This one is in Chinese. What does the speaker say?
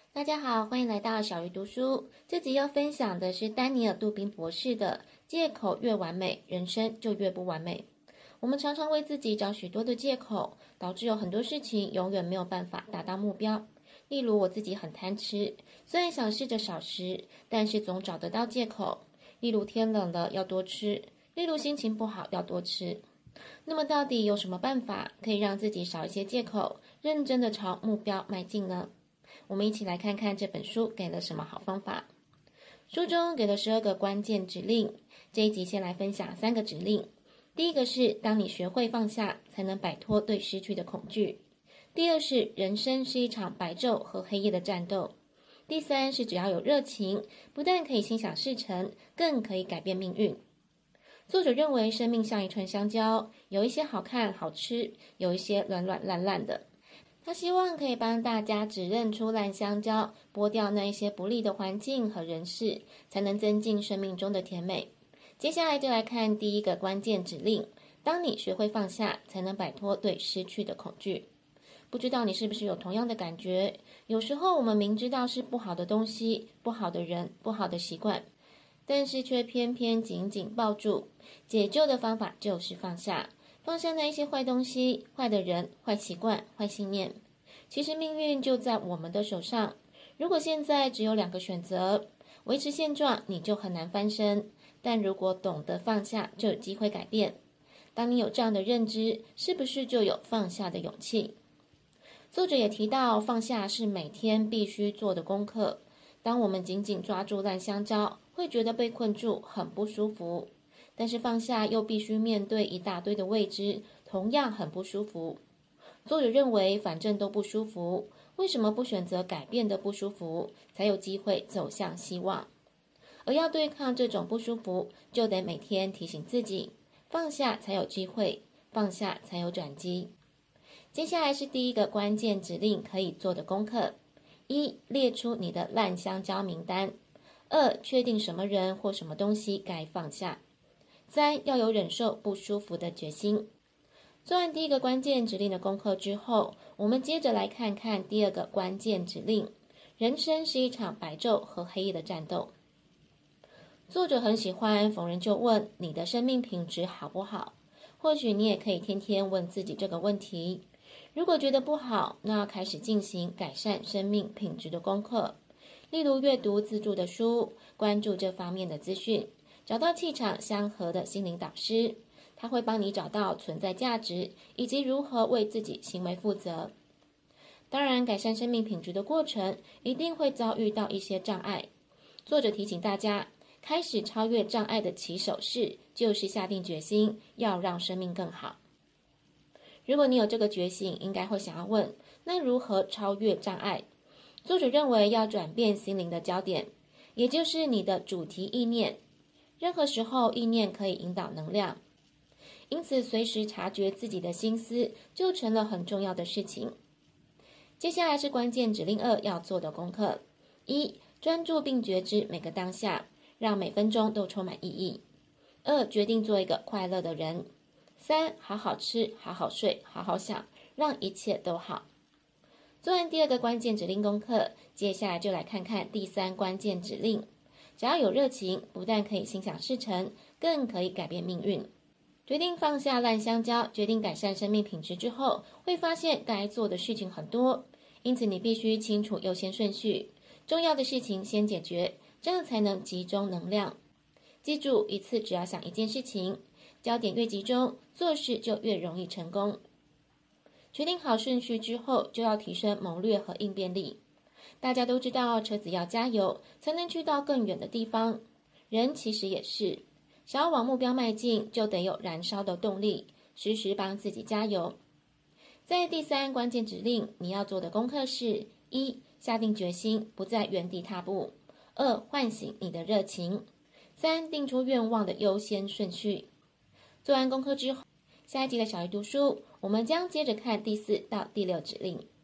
大家好，欢迎来到小鱼读书。这集要分享的是丹尼尔·杜宾博士的借口越完美，人生就越不完美。我们常常为自己找许多的借口，导致有很多事情永远没有办法达到目标。例如我自己很贪吃，虽然想试着少食，但是总找得到借口。例如天冷了要多吃，例如心情不好要多吃。那么到底有什么办法可以让自己少一些借口，认真的朝目标迈进呢？我们一起来看看这本书给了什么好方法。书中给了12个关键指令，这一集先来分享3个指令。第一个是，当你学会放下，才能摆脱对失去的恐惧。第二是，人生是一场白昼和黑夜的战斗。第三是，只要有热情，不但可以心想事成，更可以改变命运。作者认为生命像一串香蕉，有一些好看好吃，有一些软软烂烂的。他希望可以帮大家指认出烂香蕉，剥掉那一些不利的环境和人事，才能增进生命中的甜美。接下来就来看第一个关键指令，当你学会放下，才能摆脱对失去的恐惧。不知道你是不是有同样的感觉？有时候我们明知道是不好的东西、不好的人、不好的习惯，但是却偏偏紧紧抱住。解救的方法就是放下。放下那一些坏东西、坏的人、坏习惯、坏信念。其实命运就在我们的手上。如果现在只有2个选择，维持现状，你就很难翻身；但如果懂得放下，就有机会改变。当你有这样的认知，是不是就有放下的勇气？作者也提到，放下是每天必须做的功课。当我们紧紧抓住烂香蕉，会觉得被困住，很不舒服。但是放下又必须面对一大堆的未知，同样很不舒服。作者认为，反正都不舒服，为什么不选择改变的不舒服，才有机会走向希望？而要对抗这种不舒服，就得每天提醒自己，放下才有机会，放下才有转机。接下来是第一个关键指令可以做的功课：1. 列出你的烂香蕉名单； 2. 确定什么人或什么东西该放下； 3. 要有忍受不舒服的决心。做完第一个关键指令的功课之后，我们接着来看看第2个关键指令：人生是一场白昼和黑夜的战斗。作者很喜欢逢人就问你的生命品质好不好？或许你也可以天天问自己这个问题。如果觉得不好，那要开始进行改善生命品质的功课，例如阅读自助的书，关注这方面的资讯，找到气场相合的心灵导师，他会帮你找到存在价值，以及如何为自己行为负责。当然，改善生命品质的过程一定会遭遇到一些障碍。作者提醒大家，开始超越障碍的起手式就是下定决心要让生命更好。如果你有这个觉醒，应该会想要问，那如何超越障碍？作者认为要转变心灵的焦点，也就是你的主题意念。任何时候，意念可以引导能量，因此随时察觉自己的心思就成了很重要的事情。接下来是关键指令2要做的功课：1. 专注并觉知每个当下，让每分钟都充满意义； 2. 决定做一个快乐的人； 3. 好好吃，好好睡，好好想，让一切都好。做完第2个关键指令功课，接下来就来看看第3关键指令。只要有热情，不但可以心想事成，更可以改变命运。决定放下烂香蕉，决定改善生命品质之后，会发现该做的事情很多，因此你必须清楚优先顺序，重要的事情先解决，这样才能集中能量。记住，一次只要想一件事情，焦点越集中，做事就越容易成功。决定好顺序之后，就要提升谋略和应变力。大家都知道，车子要加油才能去到更远的地方，人其实也是，想要往目标迈进，就得有燃烧的动力，时时帮自己加油。在第3关键指令，你要做的功课是：1. 下定决心，不在原地踏步； 2. 唤醒你的热情； 3. 定出愿望的优先顺序。做完功课之后，下一集的小鱼读书，我们将接着看第4到第6指令。